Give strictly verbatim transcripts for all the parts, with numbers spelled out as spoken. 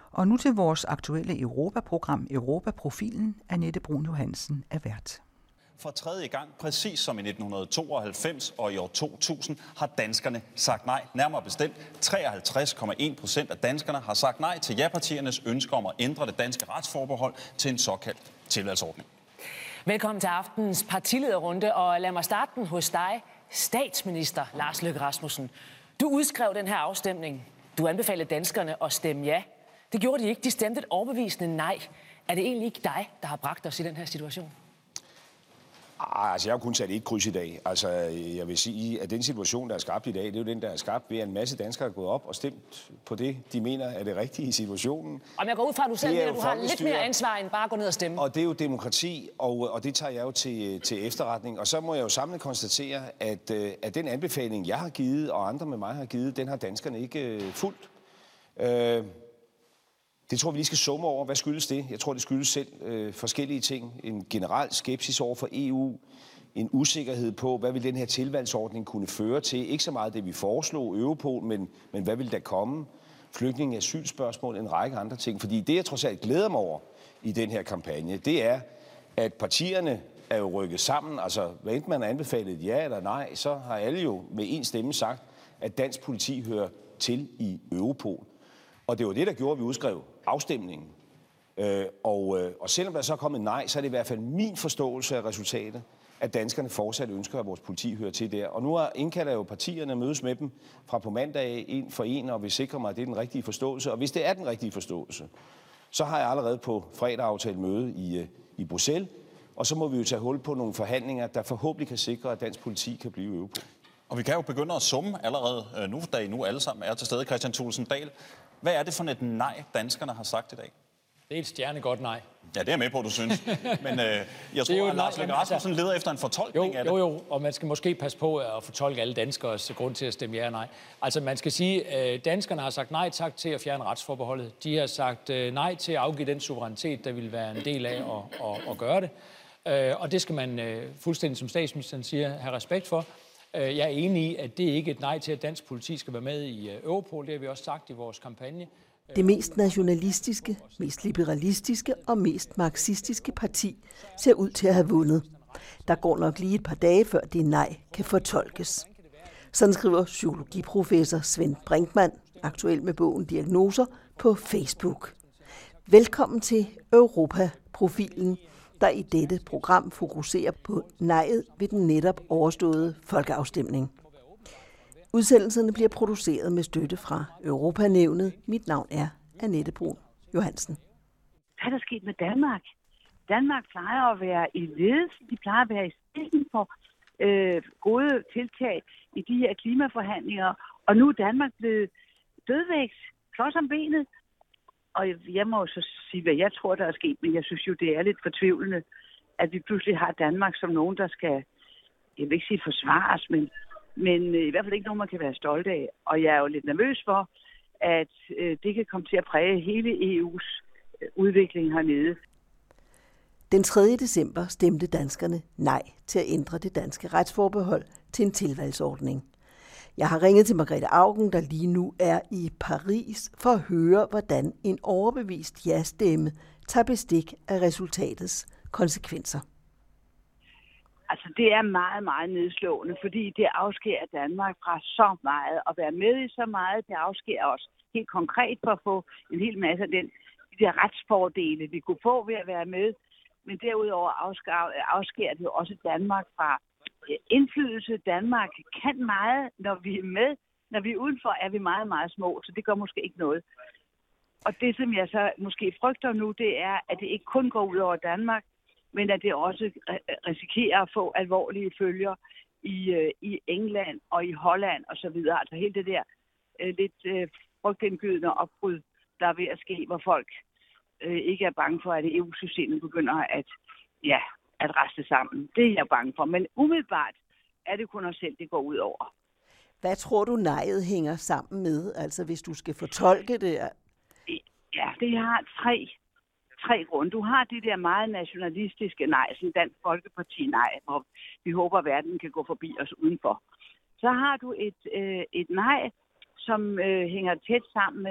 Og nu til vores aktuelle Europaprogram, Europaprofilen. Annette Brun Johansen er vært. For tredje gang, præcis som i nitten tooghalvfems og i år to tusind, har danskerne sagt nej. Nærmere bestemt treoghalvtreds komma en procent af danskerne har sagt nej til ja-partiernes ønske om at ændre det danske retsforbehold til en såkaldt tilvalgsordning. Velkommen til aftens partilederrunde, og lad mig starte den hos dig, statsminister Lars Løkke Rasmussen. Du udskrev den her afstemning. Du anbefalede danskerne at stemme ja. Det gjorde de ikke. De stemte et overbevisende nej. Er det egentlig ikke dig, der har bragt os i den her situation? Ah, altså, jeg har kun sat et kryds i dag. Altså, jeg vil sige, at den situation, der er skabt i dag, det er jo den, der er skabt ved, at en masse danskere er gået op og stemt på det, de mener er det rigtige i situationen. Og jeg går ud fra, at du selv mener, du har lidt mere ansvar end bare at gå ned og stemme. Og det er jo demokrati, og, og det tager jeg jo til, til efterretning. Og så må jeg jo samlet konstatere, at, at den anbefaling, jeg har givet, og andre med mig har givet, den har danskerne ikke uh, fulgt. Uh, Det tror vi lige skal summe over. Hvad skyldes det? Jeg tror, det skyldes selv øh, forskellige ting. En generel skepsis over for E U. En usikkerhed på, hvad vil den her tilvalgsordning kunne føre til. Ikke så meget det, vi foreslog, Europol, men, men hvad vil der komme? Flygtninge, asylspørgsmål, en række andre ting. Fordi det, jeg trods alt glæder mig over i den her kampagne, det er, at partierne er jo rykket sammen. Altså, hvad enten man har anbefalet et ja eller nej, så har alle jo med en stemme sagt, at dansk politi hører til i Europol. Og det var det, der gjorde, at vi udskrev afstemningen. Øh, og, øh, og selvom der så er kommet nej, så er det i hvert fald min forståelse af resultatet, at danskerne fortsat ønsker, at vores politi hører til der. Og nu har indkaldt jo partierne mødes med dem fra på mandag en for en, og vil sikre mig, at det er den rigtige forståelse. Og hvis det er den rigtige forståelse, så har jeg allerede på fredag aftalt møde i, i Bruxelles, og så må vi jo tage hul på nogle forhandlinger, der forhåbentlig kan sikre, at dansk politi kan blive i Europol. Og vi kan jo begynde at summe allerede nu, da I nu alle sammen er til stede. Kristian Thulesen Dahl, hvad er det for et nej, danskerne har sagt i dag? Det er et stjernegodt nej. Ja, det er jeg med på, du synes. Men øh, jeg tror, at Lars Løkke Rasmussen leder efter en fortolkning jo, af det. Jo, jo, og man skal måske passe på at fortolke alle danskers grund til at stemme ja og nej. Altså, man skal sige, at danskerne har sagt nej tak til at fjerne retsforbeholdet. De har sagt nej til at afgive den suverænitet, der vil være en del af at, at, at gøre det. Og det skal man fuldstændig, som statsministeren siger, have respekt for. Jeg er enig i, at det ikke er et nej til, at dansk politi skal være med i Europol. Det har vi også sagt i vores kampagne. Det mest nationalistiske, mest liberalistiske og mest marxistiske parti ser ud til at have vundet. Der går nok lige et par dage, før det nej kan fortolkes. Sådan skriver psykologiprofessor Svend Brinkmann, aktuel med bogen Diagnoser, på Facebook. Velkommen til Europaprofilen, der i dette program fokuserer på nejet ved den netop overståede folkeafstemning. Udsendelserne bliver produceret med støtte fra Europanævnet. Mit navn er Annette Brun Johansen. Hvad er der sket med Danmark? Danmark plejer at være i ledelsen. De plejer at være i spidsen for øh, gode tiltag i de her klimaforhandlinger. Og nu er Danmark blevet dødvægt, klods om benet. Og jeg må jo så sige, hvad jeg tror, der er sket, men jeg synes jo, det er lidt fortvivlende, at vi pludselig har Danmark som nogen, der skal, jeg vil ikke sige forsvares, men, men i hvert fald ikke nogen, man kan være stolt af. Og jeg er jo lidt nervøs for, at øh, det kan komme til at præge hele E U's øh, udvikling hernede. Den tredje december stemte danskerne nej til at ændre det danske retsforbehold til en tilvalgsordning. Jeg har ringet til Margrethe Auken, der lige nu er i Paris, for at høre, hvordan en overbevist ja-stemme tager bestik af resultatets konsekvenser. Altså, det er meget, meget nedslående, fordi det afskærer Danmark fra så meget. At være med i så meget, det afskærer os helt konkret for at få en hel masse af den, de der retsfordele, vi kunne få ved at være med. Men derudover afskærer, afskærer det jo også Danmark fra indflydelse. Danmark kan meget, når vi er med. Når vi er udenfor, er vi meget, meget små, så det gør måske ikke noget. Og det, som jeg så måske frygter nu, det er, at det ikke kun går ud over Danmark, men at det også risikerer at få alvorlige følger i, i England og i Holland og så videre. Altså hele det der uh, lidt uh, frygtindgydende opbrud, der er ved at ske, hvor folk uh, ikke er bange for, at E U-systemet begynder at, ja, at reste sammen. Det er jeg bange for. Men umiddelbart er det kun os selv, det går ud over. Hvad tror du, nejet hænger sammen med? Altså hvis du skal fortolke det? Ja, det har tre, tre grunde. Du har det der meget nationalistiske nej, som Dansk Folkeparti nej, hvor vi håber, at verden kan gå forbi os udenfor. Så har du et, øh, et nej, som øh, hænger tæt sammen med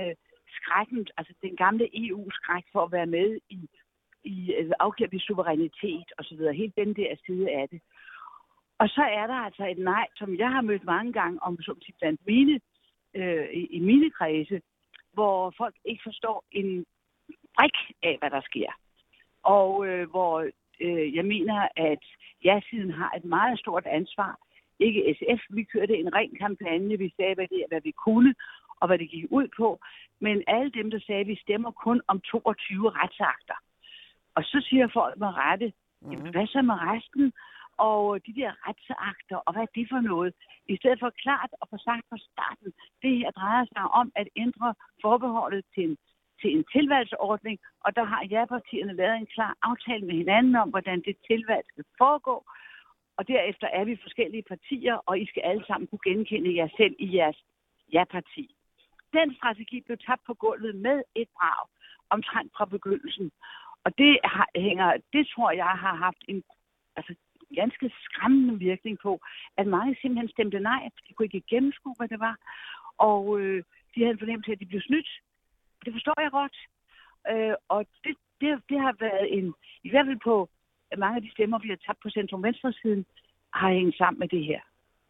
skrækken, altså den gamle E U-skræk for at være med i, i afgiver vi suverænitet osv., helt den der side af det. Og så er der altså et nej, som jeg har mødt mange gange om, som blandt mine, øh, i, i mine kredse, hvor folk ikke forstår en brik af, hvad der sker. Og øh, hvor øh, jeg mener, at ja-siden har et meget stort ansvar. Ikke S F, vi kørte en ren kampagne, vi sagde, hvad, det, hvad vi kunne, og hvad det gik ud på. Men alle dem, der sagde, at vi stemmer kun om toogtyve retsakter. Og så siger folk med rette, mm-hmm. hvad så med resten? Og de der retsakter, og hvad er det for noget? I stedet for klart at få sagt fra starten, det her drejer sig om at ændre forbeholdet til en, til en tilvalgsordning, og der har ja-partierne lavet en klar aftale med hinanden om, hvordan det tilvalg skal foregå. Og derefter er vi forskellige partier, og I skal alle sammen kunne genkende jer selv i jeres ja-parti. Den strategi blev tabt på gulvet med et brag, omtrent fra begyndelsen. Og det, har, hænger, det tror jeg har haft en altså, ganske skræmmende virkning på, at mange simpelthen stemte nej. De kunne ikke gennemskue, hvad det var. Og øh, de havde en fornemmelse af, at de blev snydt. Det forstår jeg godt. Øh, og det, det, det har været en, i hvert fald på mange af de stemmer, vi har tabt på centrum-venstre-siden, har hængt sammen med det her.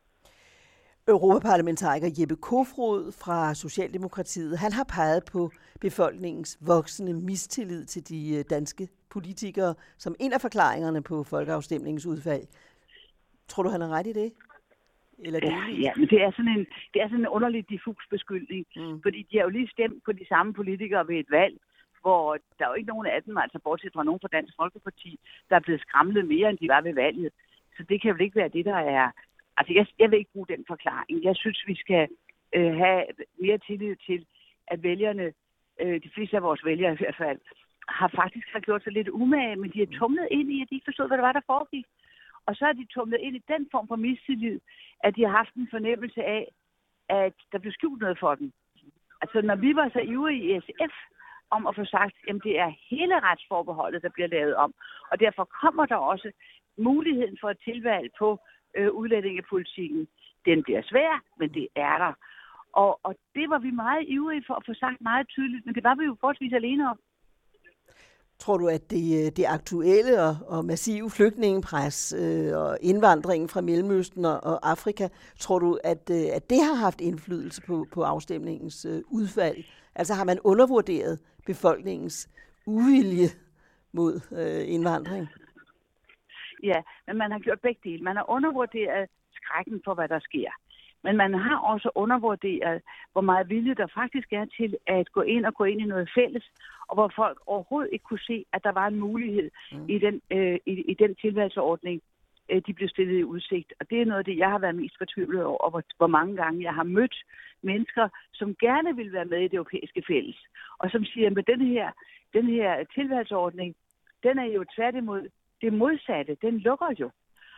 Europaparlamentariker Jeppe Kofod fra Socialdemokratiet, han har peget på befolkningens voksende mistillid til de danske politikere som en af forklaringerne på folkeafstemningens udfald. Tror du, han har ret i det? Eller ja, ja, men det er sådan en, det er sådan en underlig diffus beskyldning, mm. fordi de har jo lige stemt på de samme politikere ved et valg, hvor der er jo ikke nogen af dem, altså bortset fra nogen fra Dansk Folkeparti, der er blevet skramlet mere, end de var ved valget. Så det kan jo ikke være det, der er... Altså, jeg, jeg vil ikke bruge den forklaring. Jeg synes, vi skal øh, have mere tillid til, at vælgerne, øh, de fleste af vores vælgere i hvert fald, har faktisk har gjort sig lidt umage, men de er tumlet ind i, at de ikke forstod, hvad det var, der foregik. Og så er de tumlet ind i den form for mistillid, at de har haft en fornemmelse af, at der blev skjult noget for dem. Altså, når vi var så ivrige i S F om at få sagt, at det er hele retsforbeholdet, der bliver lavet om, og derfor kommer der også muligheden for et tilvalg på øh, udlændingepolitikken. Den bliver svær, men det er der. Og, og det var vi meget ivrige for at få sagt meget tydeligt, men det var vi jo forholdsvis alene om. Tror du, at det, det aktuelle og, og massive flygtningepres øh, og indvandringen fra Mellemøsten og, og Afrika, tror du, at, øh, at det har haft indflydelse på, på afstemningens øh, udfald? Altså har man undervurderet befolkningens uvilje mod øh, indvandring? Ja, men man har gjort begge dele. Man har undervurderet skrækken for, hvad der sker. Men man har også undervurderet, hvor meget vilje der faktisk er til at gå ind og gå ind i noget fælles, og hvor folk overhovedet ikke kunne se, at der var en mulighed mm. i, den, øh, i, i den tilvalgsordning, øh, de blev stillet i udsigt. Og det er noget af det, jeg har været mest fortvivlet over, hvor, hvor mange gange jeg har mødt mennesker, som gerne vil være med i det europæiske fælles, og som siger, at den her, den her tilvalgsordning, den er jo tværtimod det modsatte, den lukker jo.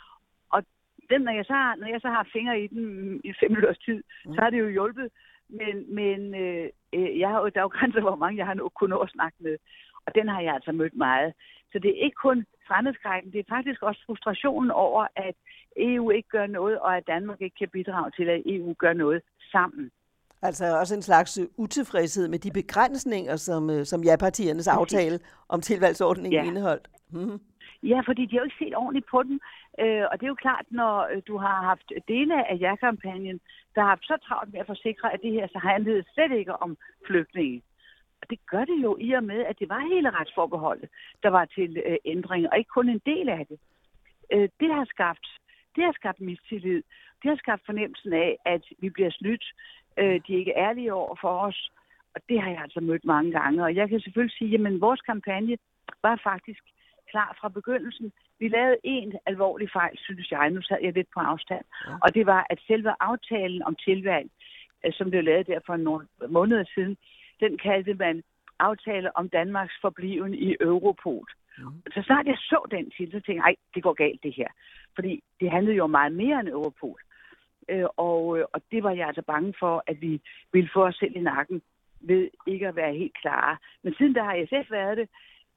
Og den, når, jeg så har, når jeg så har fingre i den i fem minutters tid, mm. så har det jo hjulpet. Men, men øh, jeg har, der er jo grænser, hvor mange jeg har kunnet nå at snakke med. Og den har jeg altså mødt meget. Så det er ikke kun fremmedskrækken, det er faktisk også frustrationen over, at E U ikke gør noget, og at Danmark ikke kan bidrage til, at E U gør noget sammen. Altså også en slags utilfredshed med de begrænsninger, som, som ja-partiernes aftale om tilvalgsordningen ja. indeholdt. Mm-hmm. Ja, fordi de har jo ikke set ordentligt på den. Øh, og det er jo klart, når du har haft dele af ja-kampagnen, der har haft så travlt med at forsikre, at det her så handlede slet ikke om flygtninge. Og det gør det jo i og med, at det var hele retsforbeholdet, der var til øh, ændringer, og ikke kun en del af det. Øh, det har skabt, det har skabt mistillid. Det har skabt fornemmelsen af, at vi bliver snydt. Øh, de er ikke ærlige over for os. Og det har jeg altså mødt mange gange. Og jeg kan selvfølgelig sige, at vores kampagne var faktisk klar fra begyndelsen. Vi lavede en alvorlig fejl, synes jeg. Nu sad jeg lidt på afstand. Ja. Og det var, at selve aftalen om tilvalg, som blev lavet der for nogle måneder siden, den kaldte man aftale om Danmarks forbliven i Europol. Ja. Så snart jeg så den til, så tænkte jeg, ej, det går galt det her. Fordi det handlede jo meget mere end Europol. Øh, og, og det var jeg altså bange for, at vi ville få os selv i nakken ved ikke at være helt klare. Men siden der har S F været det,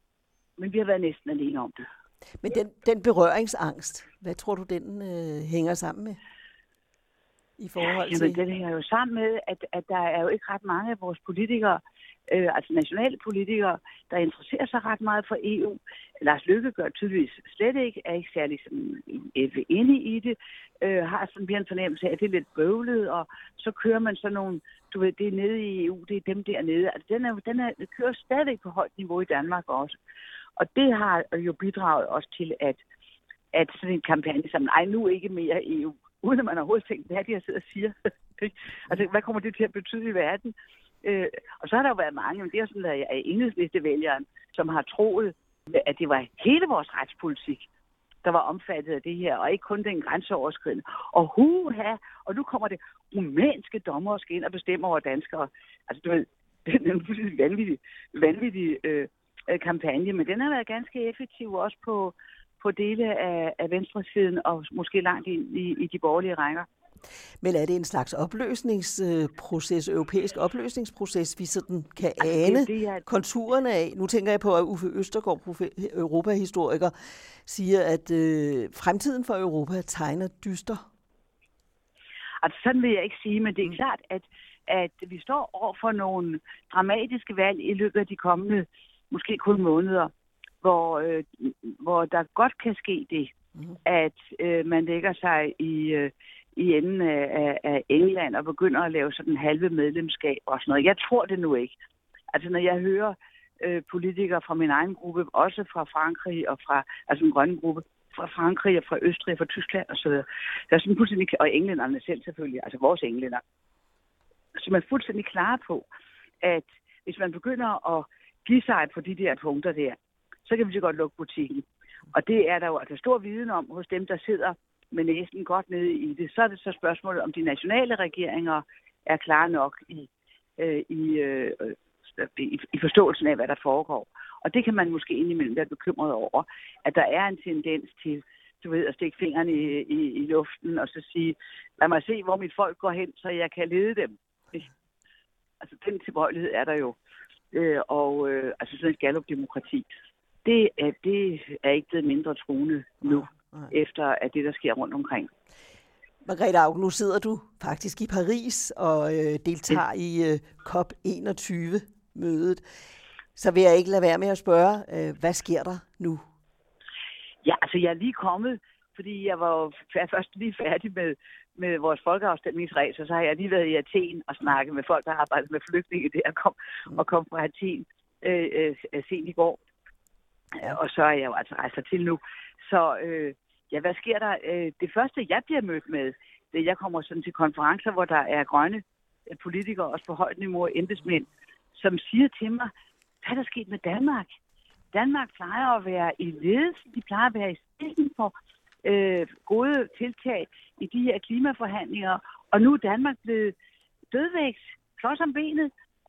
men vi har været næsten alene om det. Men den, den berøringsangst, hvad tror du, den øh, hænger sammen med? I forhold til... Jamen, den hænger jo sammen med, at, at der er jo ikke ret mange af vores politikere, øh, altså nationale politikere, der interesserer sig ret meget for E U. Lars Løkke gør tydeligvis slet ikke, er ikke særlig sådan, enig i det, øh, har sådan mere en fornemmelse af, at det er lidt bøvlet, og så kører man sådan nogle, du ved, det er nede i E U, det er dem dernede. Altså den, er, den, er, den kører stadig på højt niveau i Danmark også. Og det har jo bidraget også til, at, at sådan en kampagne som, ej, nu ikke mere E U, uden at man overhovedet tænkt, hvad de har siddet og siger. Altså, hvad kommer det til at betyde i verden? Øh, og så har der jo været mange, men det er sådan, at jeg er enhedslistevælgeren, som har troet, at det var hele vores retspolitik, der var omfattet af det her, og ikke kun den grænseoverskridende. Og huha, og nu kommer det rumænske dommer skal ind og bestemme over danskere. Altså, du ved, det er en fuldstændig vanvittig, vanvittig øh, kampagne, men den har været ganske effektiv også på, på dele af, af venstresiden, og måske langt ind i, i de borgerlige rækker. Men er det en slags opløsningsproces, europæisk opløsningsproces, vi sådan kan ane altså, det, det er... konturerne af? Nu tænker jeg på, at Uffe Østergaard, europahistoriker, siger, at øh, fremtiden for Europa tegner dyster. Altså sådan vil jeg ikke sige, men det er klart, at, at vi står over for nogle dramatiske valg i løbet af de kommende, måske kun måneder, hvor, øh, hvor der godt kan ske det, mm. at øh, man lægger sig i... Øh, i enden af, af England og begynder at lave sådan halve medlemskab og sådan noget. Jeg tror det nu ikke. Altså når jeg hører øh, politikere fra min egen gruppe, også fra Frankrig og fra, altså en grønne gruppe, fra Frankrig og fra Østrig og fra Tyskland og så videre. Der er sådan fuldstændig, og englænderne selv selvfølgelig, altså vores englænder, som er fuldstændig klare på, at hvis man begynder at give sig på de der punkter der, så kan vi så godt lukke butikken. Og det er der jo altså stor viden om hos dem, der sidder med næsten godt nede i det. Så er det så spørgsmålet, om de nationale regeringer er klare nok i, øh, i, øh, i, i forståelsen af, hvad der foregår. Og det kan man måske indimellem være bekymret over, at der er en tendens til, du ved, at stikke fingrene i, i, i luften og så sige, lad mig se, hvor mit folk går hen, så jeg kan lede dem. Altså den tilbøjelighed er der jo. Øh, og øh, altså sådan et Gallup-demokrati, det er, det er ikke blevet mindre truende nu. Nej. Efter at det, der sker rundt omkring. Margrethe Auken, nu sidder du faktisk i Paris og øh, deltager ja. i øh, COP enogtyve-mødet. Så vil jeg ikke lade være med at spørge, øh, hvad sker der nu? Ja, altså jeg er lige kommet, fordi jeg var først lige færdig med, med vores folkeafstemningsræs, og så har jeg lige været i Athen og snakket med folk, der har arbejdet med flygtninge der, og kom, mm. og kom fra Athen øh, øh, sent i går. Ja. Og så er jeg jo altså rejst til nu. Så øh, ja, hvad sker der? Øh, det første, jeg bliver mødt med, det er, jeg kommer sådan til konferencer, hvor der er grønne politikere, også på højt niveau, embedsmænd, som siger til mig, hvad er der sket med Danmark? Danmark plejer at være i ledelsen, de plejer at være i spidsen for øh, gode tiltag i de her klimaforhandlinger, og nu er Danmark blevet dødvægt, klods om benet.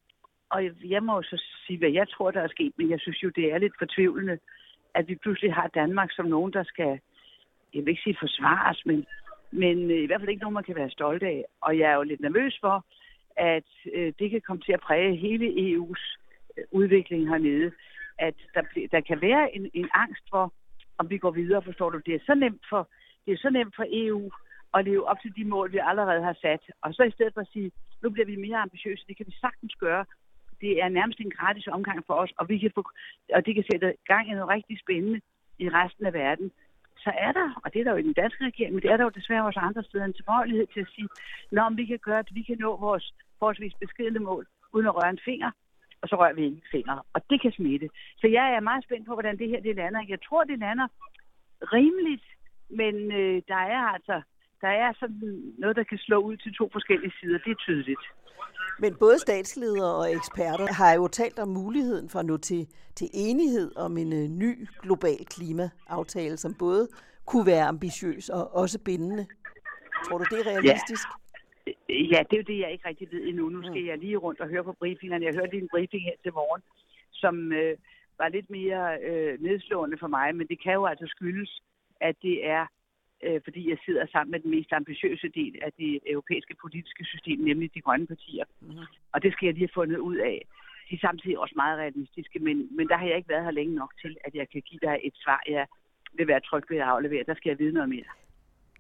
Og jeg må jo så sige, hvad jeg tror, der er sket, men jeg synes jo, det er lidt fortvivlende, at vi pludselig har Danmark som nogen, der skal, jeg vil ikke sige forsvares, men, men i hvert fald ikke nogen, man kan være stolt af. Og jeg er jo lidt nervøs for, at øh, det kan komme til at præge hele E U's øh, udvikling hernede. At der, der kan være en, en angst for, om vi går videre, forstår du. Det er så nemt for, det er så nemt for E U at leve op til de mål, vi allerede har sat. Og så i stedet for at sige, nu bliver vi mere ambitiøse, det kan vi sagtens gøre. Det er nærmest en gratis omgang for os, og vi kan få, og det kan sætte gang i noget rigtig spændende i resten af verden. Så er der, og det er der jo i den danske regering, men det er der jo desværre også andre steder, en tilbøjelighed til at sige, om vi kan gøre det, vi kan nå vores forholdsvis beskedne mål, uden at røre en finger, og så rører vi ikke fingre, og det kan smitte. Så jeg er meget spændt på, hvordan det her det lander. Jeg tror, det lander rimeligt, men øh, der er altså der er sådan noget, der kan slå ud til to forskellige sider. Det er tydeligt. Men både statsledere og eksperter har jo talt om muligheden for at nå til, til enighed om en uh, ny global klimaaftale, som både kunne være ambitiøs og også bindende. Tror du, det er realistisk? Ja, ja det er jo det, jeg ikke rigtig ved endnu. Nu skal jeg lige rundt og høre på briefingerne. Jeg hørte lige en briefing her til morgen, som øh, var lidt mere øh, nedslående for mig, men det kan jo altså skyldes, at det er fordi jeg sidder sammen med den mest ambitiøse del af det europæiske politiske system, nemlig de grønne partier. Mm-hmm. Og det skal jeg lige have fundet ud af. De er samtidig også meget realistiske, men, men der har jeg ikke været her længe nok til, at jeg kan give dig et svar, jeg vil være tryg ved at aflevere. Der skal jeg vide noget mere.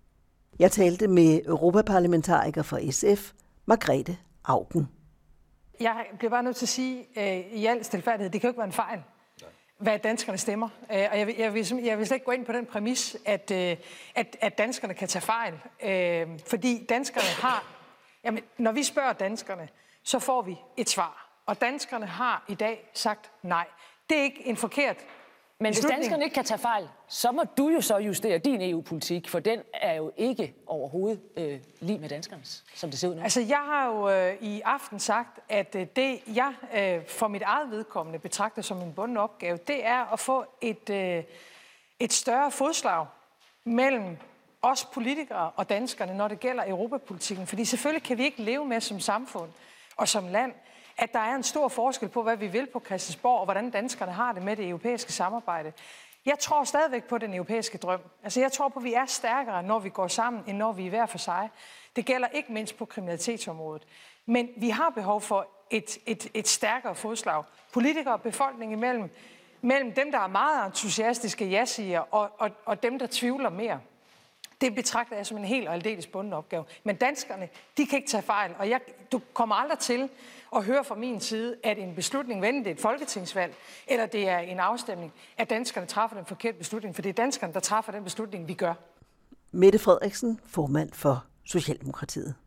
Jeg talte med europaparlamentariker fra S F, Margrethe Auken. Jeg bliver bare nødt til at sige øh, i al stilfærdighed, det kan jo ikke være en fejl, hvad danskerne stemmer. Øh, og jeg vil, jeg, vil, jeg vil slet ikke gå ind på den præmis, at, øh, at, at danskerne kan tage fejl. Øh, fordi danskerne har... Jamen, når vi spørger danskerne, så får vi et svar. Og danskerne har i dag sagt nej. Det er ikke en forkert Men hvis danskerne ikke kan tage fejl, så må du jo så justere din E U-politik, for den er jo ikke overhovedet øh, lige med danskernes, som det ser ud nu. Altså, jeg har jo øh, i aften sagt, at øh, det, jeg øh, for mit eget vedkommende betragter som en bunden opgave, det er at få et, øh, et større fodslag mellem os politikere og danskerne, når det gælder europapolitikken. Fordi selvfølgelig kan vi ikke leve med som samfund og som land, at der er en stor forskel på, hvad vi vil på Christiansborg, og hvordan danskerne har det med det europæiske samarbejde. Jeg tror stadigvæk på den europæiske drøm. Altså, jeg tror på, at vi er stærkere, når vi går sammen, end når vi er hver for sig. Det gælder ikke mindst på kriminalitetsområdet. Men vi har behov for et, et, et stærkere fodslag. Politikere og befolkning imellem, mellem dem, der er meget entusiastiske ja-siger, og, og, og dem, der tvivler mere. Det betragter jeg som en helt og aldeles bunden opgave. Men danskerne, de kan ikke tage fejl, og jeg, du kommer aldrig til at høre fra min side, at en beslutning, enten det er et folketingsvalg, eller det er en afstemning, at danskerne træffer den forkerte beslutning, for det er danskerne, der træffer den beslutning, vi gør. Mette Frederiksen, formand for Socialdemokratiet.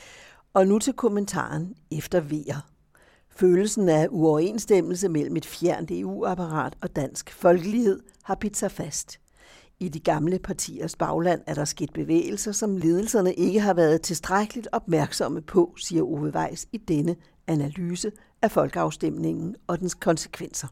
Og nu til kommentaren efter vejer. Følelsen af uoverensstemmelse mellem et fjernt E U-apparat og dansk folkelighed har bidt sig fast. I de gamle partiers bagland er der sket bevægelser, som ledelserne ikke har været tilstrækkeligt opmærksomme på, siger Ove Weiss i denne analyse af folkeafstemningen og dens konsekvenser.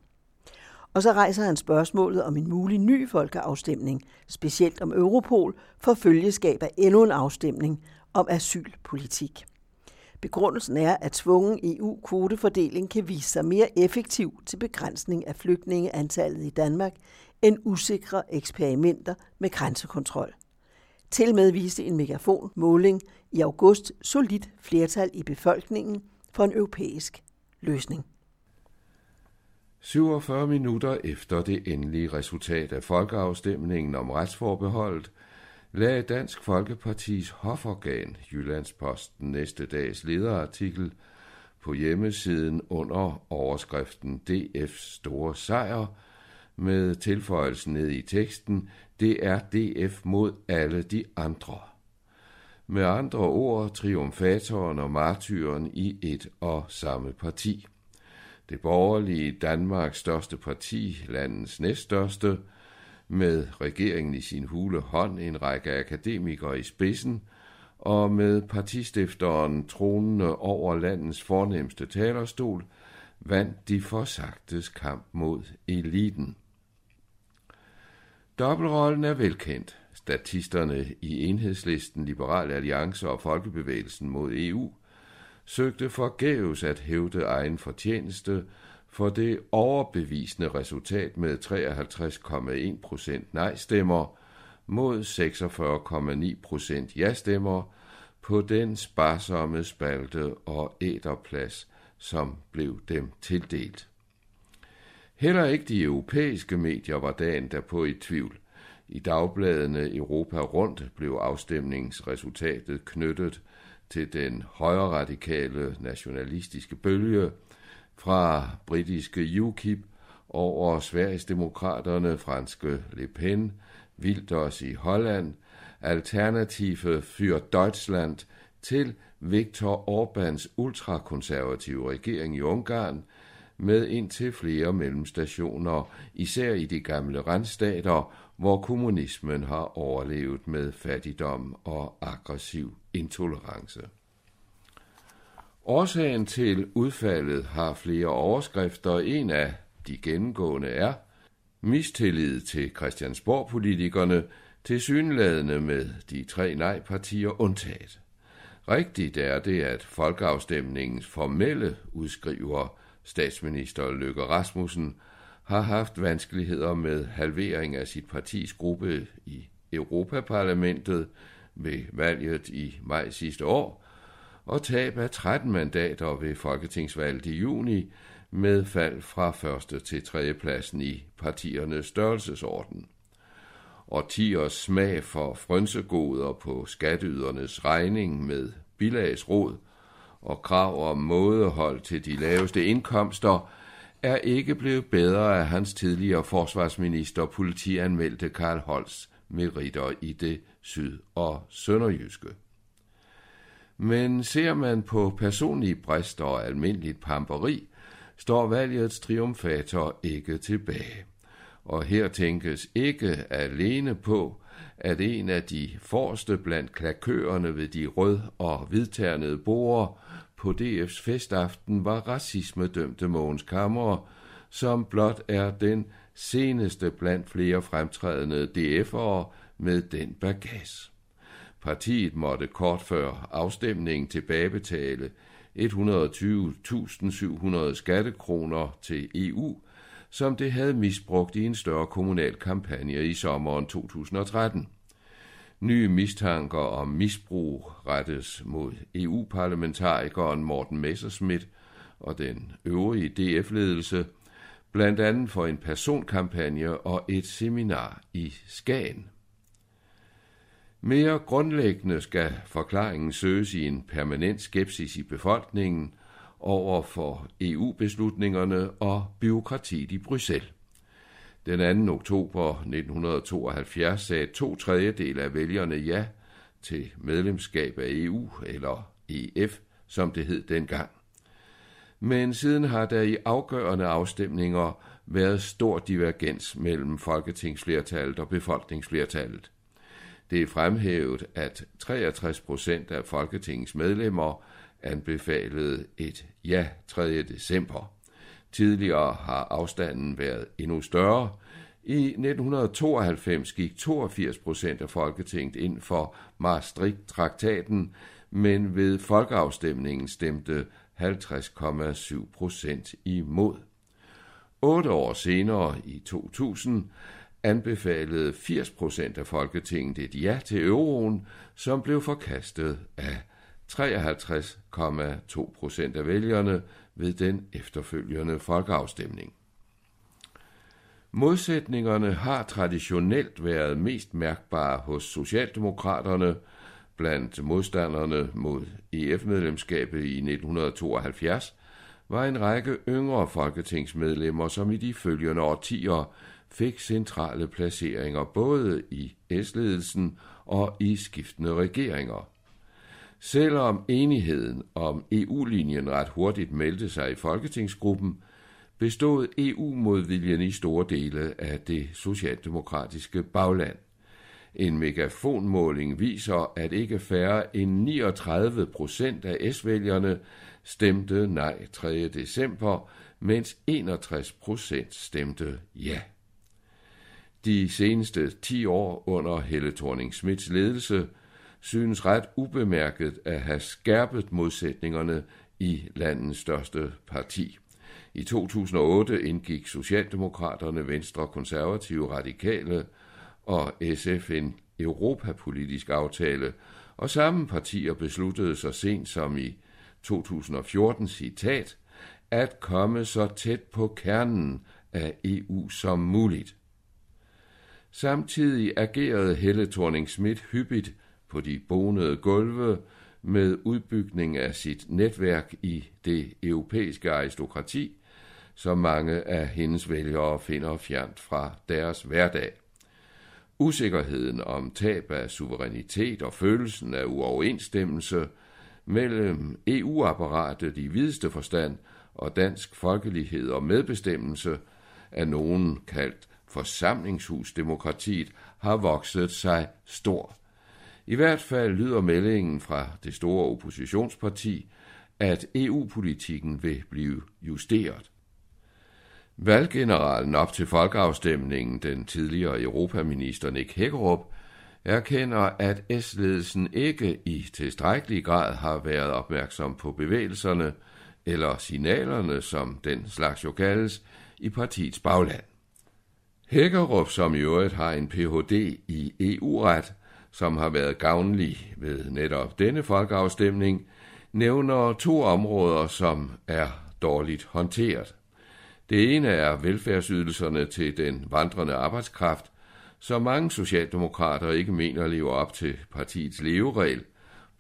Og så rejser han spørgsmålet om en mulig ny folkeafstemning, specielt om Europol, for følgeskab af endnu en afstemning om asylpolitik. Begrundelsen er, at tvungen E U-kvotefordeling kan vise sig mere effektiv til begrænsning af flygtningeantallet i Danmark end usikre eksperimenter med grænsekontrol. Tilmed viste en megafonmåling i august solidt flertal i befolkningen for en europæisk løsning. syvogfyrre minutter efter det endelige resultat af folkeafstemningen om retsforbeholdet, lagde Dansk Folkepartis hoforgan Jyllandsposten næste dags lederartikel på hjemmesiden under overskriften D F's store sejr, med tilføjelsen ned i teksten, det er D F mod alle de andre. Med andre ord, triumfatoren og martyren i et og samme parti. Det borgerlige Danmarks største parti, landets næststørste, med regeringen i sin hule hånd, en række akademikere i spidsen, og med partistifteren tronende over landets fornemste talerstol, vandt de forsagtes kamp mod eliten. Dobbeltrollen er velkendt. Statisterne i Enhedslisten, Liberal Alliance og Folkebevægelsen mod E U søgte forgæves at hævde egen fortjeneste for det overbevisende resultat med treoghalvtreds komma en procent nej-stemmer mod seksogfyrre komma ni procent ja-stemmer på den sparsomme spalte og æterplads, som blev dem tildelt. Heller ikke de europæiske medier var dagen derpå i tvivl. I dagbladene Europa Rundt blev afstemningsresultatet knyttet til den højreradikale nationalistiske bølge fra britiske U KIP over Sverigesdemokraterne, franske Le Pen, Wilders i Holland, Alternative für Deutschland til Viktor Orbáns ultrakonservative regering i Ungarn, med indtil flere mellemstationer, især i de gamle randstater, hvor kommunismen har overlevet med fattigdom og aggressiv intolerance. Årsagen til udfaldet har flere overskrifter. En af de gennemgående er mistillid til Christiansborg-politikerne, tilsyneladende med de tre nej-partier undtaget. Rigtigt er det, at folkeafstemningens formelle udskriver, statsminister Løkke Rasmussen, har haft vanskeligheder med halvering af sit partis gruppe i Europaparlamentet ved valget i maj sidste år, og tab af tretten mandater ved folketingsvalget i juni, med fald fra første til tredje pladsen i partiernes størrelsesorden. Årtiers smag for frynsegoder på skatteydernes regning med bilagsråd, og krav om mådehold til de laveste indkomster er ikke blevet bedre af hans tidligere forsvarsminister og politianmeldte Carl Holsts meritter i det syd- og sønderjyske. Men ser man på personlige brister og almindeligt pamperi, står valgets triumfator ikke tilbage. Og her tænkes ikke alene på, at en af de forreste blandt klakørerne ved de rød- og hvidternede borde på D F's festaften var racismedømte Mogens Camre, som blot er den seneste blandt flere fremtrædende D F'ere med den bagage. Partiet måtte kort før afstemningen tilbagebetale et hundrede og tyve tusind syv hundrede skattekroner til E U, som det havde misbrugt i en større kommunal kampagne i sommeren to tusind og tretten. Nye mistanker om misbrug rettes mod E U-parlamentarikeren Morten Messerschmidt og den øvrige D F-ledelse, blandt andet for en personkampagne og et seminar i Skagen. Mere grundlæggende skal forklaringen søges i en permanent skepsis i befolkningen over for E U-beslutningerne og bureaukratiet i Bruxelles. Den anden oktober nitten tooghalvfjerds sagde to tredjedel af vælgerne ja til medlemskab af E U, eller E F, som det hed dengang. Men siden har der i afgørende afstemninger været stor divergens mellem folketingsflertallet og befolkningsflertallet. Det er fremhævet, at treogtres procent af Folketingets medlemmer anbefalede et ja tredje december. Tidligere har afstanden været endnu større. I nitten tooghalvfems gik toogfirs procent af Folketinget ind for Maastricht-traktaten, men ved folkeafstemningen stemte halvtreds komma syv procent imod. Otte år senere, i to tusind, anbefalede firs procent af Folketinget et ja til euroen, som blev forkastet af treoghalvtreds komma to procent af vælgerne ved den efterfølgende folkeafstemning. Modsætningerne har traditionelt været mest mærkbare hos Socialdemokraterne. Blandt modstanderne mod E F-medlemskabet i nitten tooghalvfjerds var en række yngre folketingsmedlemmer, som i de følgende årtier fik centrale placeringer både i S-ledelsen og i skiftende regeringer. Selvom enigheden om E U-linjen ret hurtigt meldte sig i folketingsgruppen, bestod E U-modviljen i store dele af det socialdemokratiske bagland. En megafonmåling viser, at ikke færre end niogtredive procent af S-vælgerne stemte nej tredje december, mens enogtres procent stemte ja. De seneste ti år under Helle Thorning-Schmidts ledelse synes ret ubemærket at have skærpet modsætningerne i landets største parti. I to tusind og otte indgik Socialdemokraterne, Venstre, Konservative, Radikale og S F en europapolitisk aftale, og samme partier besluttede så sent som i to tusind og fjorten, citat, at komme så tæt på kernen af E U som muligt. Samtidig agerede Helle Thorning-Schmidt hyppigt på de bonede gulve med udbygning af sit netværk i det europæiske aristokrati, som mange af hendes vælgere finder fjernt fra deres hverdag. Usikkerheden om tab af suverænitet og følelsen af uoverensstemmelse mellem E U-apparatet i videste forstand og dansk folkelighed og medbestemmelse, af nogen kaldt forsamlingshusdemokratiet, har vokset sig stor. I hvert fald lyder meldingen fra det store oppositionsparti, at E U-politikken vil blive justeret. Valggeneralen op til folkeafstemningen, den tidligere europaminister Nick Hækkerup, erkender, at S-ledelsen ikke i tilstrækkelig grad har været opmærksom på bevægelserne, eller signalerne, som den slags jo kaldes, i partiets bagland. Hækkerup, som i øvrigt har en P H D i E U-ret, som har været gavnlig ved netop denne folkeafstemning, nævner to områder, som er dårligt håndteret. Det ene er velfærdsydelserne til den vandrende arbejdskraft, som mange socialdemokrater ikke mener lever op til partiets leveregel.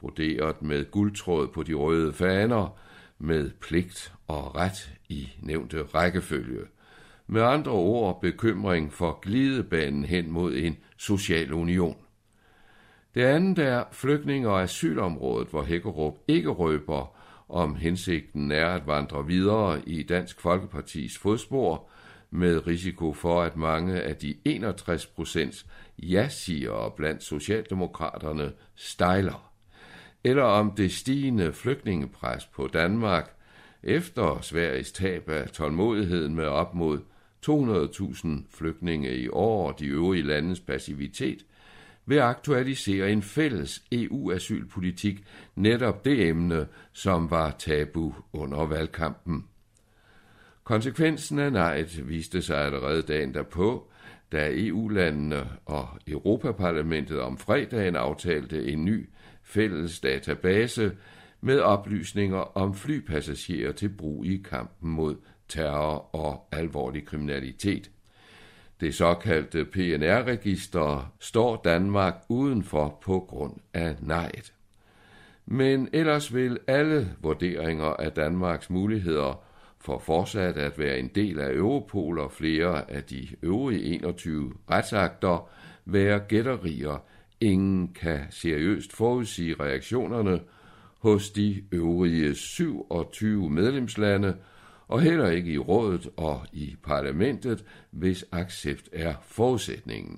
broderet med guldtråd på de røde faner, med pligt og ret i nævnte rækkefølge. Med andre ord bekymring for glidebanen hen mod en social union. Det andet er flygtninge- og asylområdet, hvor Hækkerup ikke røber, om hensigten er at vandre videre i Dansk Folkepartis fodspor, med risiko for, at mange af de enogtres procent ja-sigere blandt socialdemokraterne stejler, eller om det stigende flygtningepres på Danmark efter Sveriges tab af tålmodigheden med op mod to hundrede tusind flygtninge i år og de øvrige landes passivitet, vil aktualisere en fælles E U-asylpolitik, netop det emne, som var tabu under valgkampen. Konsekvensen af nejet viste sig allerede dagen derpå, da E U-landene og Europaparlamentet om fredagen aftalte en ny fælles database med oplysninger om flypassagerer til brug i kampen mod terror og alvorlig kriminalitet. Det såkaldte P N R-register står Danmark udenfor på grund af nejet. Men ellers vil alle vurderinger af Danmarks muligheder for fortsat at være en del af Europol og flere af de øvrige enogtyve retsakter være gætterier. Ingen kan seriøst forudsige reaktionerne hos de øvrige syvogtyve medlemslande, og heller ikke i rådet og i parlamentet, hvis accept er forudsætningen.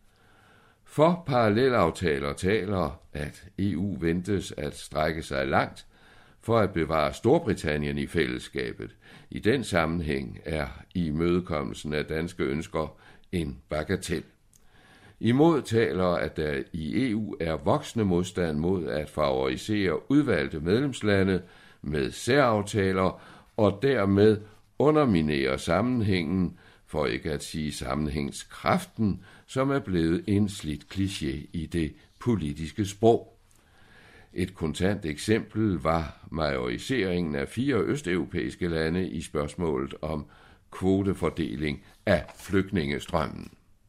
For parallelaftaler taler, at E U ventes at strække sig langt for at bevare Storbritannien i fællesskabet. I den sammenhæng er imødekommelsen af danske ønsker en bagatel. Imod taler, at der i E U er voksende modstand mod at favorisere udvalgte medlemslande med særaftaler og dermed underminere sammenhængen, for ikke at sige sammenhængskraften, som er blevet en slidt kliché i det politiske sprog. Et kontant eksempel var majoriseringen af fire østeuropæiske lande i spørgsmålet om kvotefordeling af flygtningestrømmen.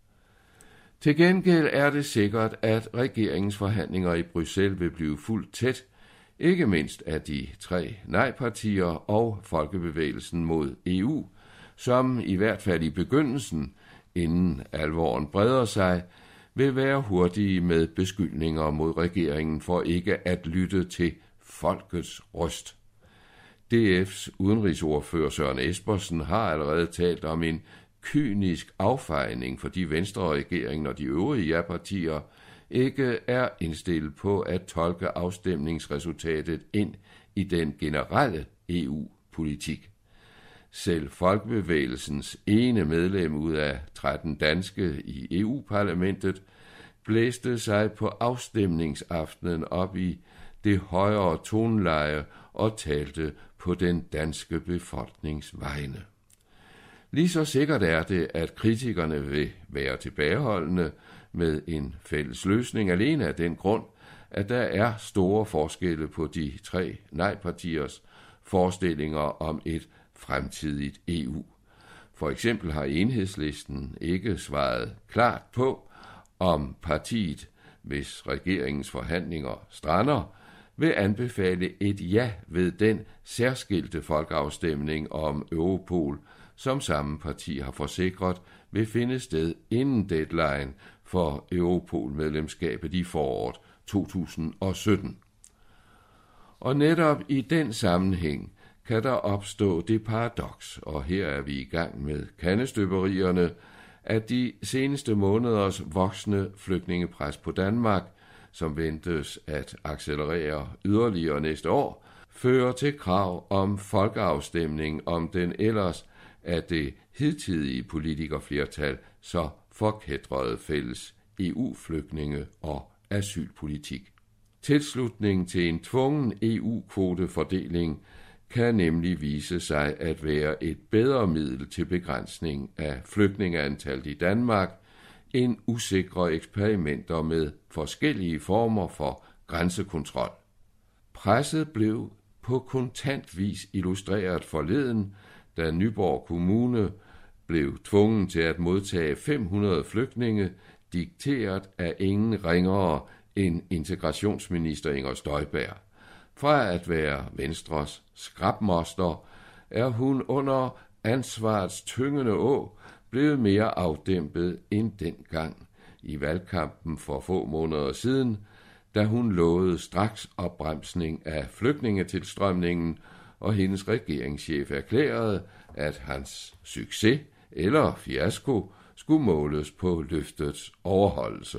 Til gengæld er det sikkert, at regeringens forhandlinger i Bruxelles vil blive fuldt tæt, ikke mindst af de tre nej-partier og Folkebevægelsen mod E U, som i hvert fald i begyndelsen, inden alvoren breder sig, vil være hurtige med beskyldninger mod regeringen for ikke at lytte til folkets røst. D F's udenrigsordfører Søren Espersen har allerede talt om en kynisk affejning, fordi Venstre-regeringen og de øvrige ja-partier ikke er indstillet på at tolke afstemningsresultatet ind i den generelle E U-politik. Selv Folkebevægelsens ene medlem ud af tretten danske i E U-parlamentet blæste sig på afstemningsaftenen op i det højere toneleje og talte på den danske befolknings vegne. Lige så sikkert er det, at kritikerne vil være tilbageholdende med en fælles løsning alene af den grund, at der er store forskelle på de tre nej-partiers forestillinger om et fremtidigt E U. For eksempel har Enhedslisten ikke svaret klart på, om partiet, hvis regeringens forhandlinger strander, vil anbefale et ja ved den særskilte folkeafstemning om Europol, som samme parti har forsikret vil finde sted inden deadline for Europol-medlemskabet i foråret to tusind og sytten. Og netop i den sammenhæng kan der opstå det paradoks, og her er vi i gang med kandestøberierne, at de seneste måneders voksne flygtningepres på Danmark, som ventes at accelerere yderligere næste år, fører til krav om folkeafstemning om den ellers af det hidtidige politikerflertal så forkætrede fælles E U-flygtninge- og asylpolitik. Tilslutning til en tvungen E U-kvotefordeling kan nemlig vise sig at være et bedre middel til begrænsning af flygtningeantallet i Danmark end usikre eksperimenter med forskellige former for grænsekontrol. Presset blev på kontant vis illustreret forleden, da Nyborg Kommune blev tvungen til at modtage fem hundrede flygtninge, dikteret af ingen ringere end integrationsminister Inger Støjberg. Fra at være Venstres skrabmoster er hun under ansvarets tyngende å blevet mere afdæmpet end dengang i valgkampen for få måneder siden, da hun lovede straks opbremsning af flygtningetilstrømningen, og hendes regeringschef erklærede, at hans succes eller fiasko skulle måles på løftets overholdelse.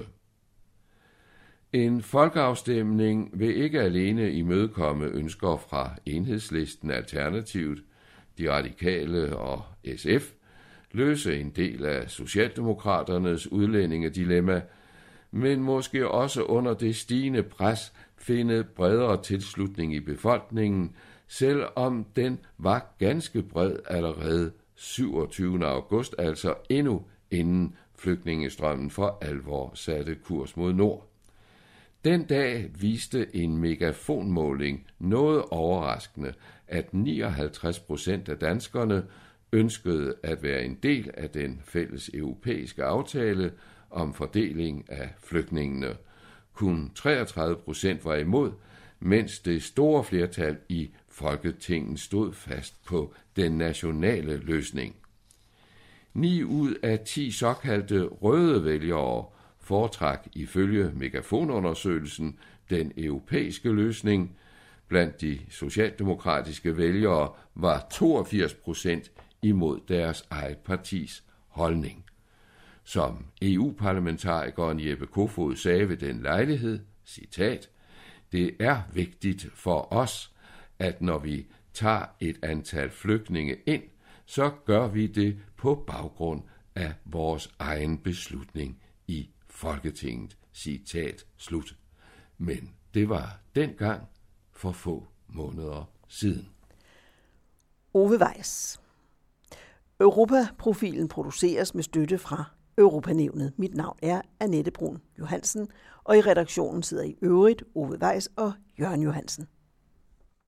En folkeafstemning vil ikke alene imødekomme ønsker fra Enhedslisten, Alternativet, De Radikale og S F, løse en del af Socialdemokraternes udlændingedilemma, men måske også under det stigende pres finde bredere tilslutning i befolkningen, selvom den var ganske bred allerede syvogtyvende august, altså endnu inden flygtningestrømmen for alvor satte kurs mod nord. Den dag viste en megafonmåling noget overraskende, at nioghalvtreds procent af danskerne ønskede at være en del af den fælles europæiske aftale om fordeling af flygtningene. Kun treogtredive procent var imod, mens det store flertal i Folketinget stod fast på den nationale løsning. Ni ud af ti såkaldte røde vælgere foretrak ifølge megafonundersøgelsen den europæiske løsning. Blandt de socialdemokratiske vælgere var toogfirs procent imod deres eget partis holdning. Som E U-parlamentarikeren Jeppe Kofod sagde ved den lejlighed, citat, det er vigtigt for os, at når vi tager et antal flygtninge ind, så gør vi det på baggrund af vores egen beslutning i Folketinget. Citat slut. Men det var dengang for få måneder siden. Ove Weiss. Europaprofilen produceres med støtte fra Europanævnet. Mit navn er Annette Brun Johansen, og i redaktionen sidder i øvrigt Ove Weiss og Jørgen Johansen.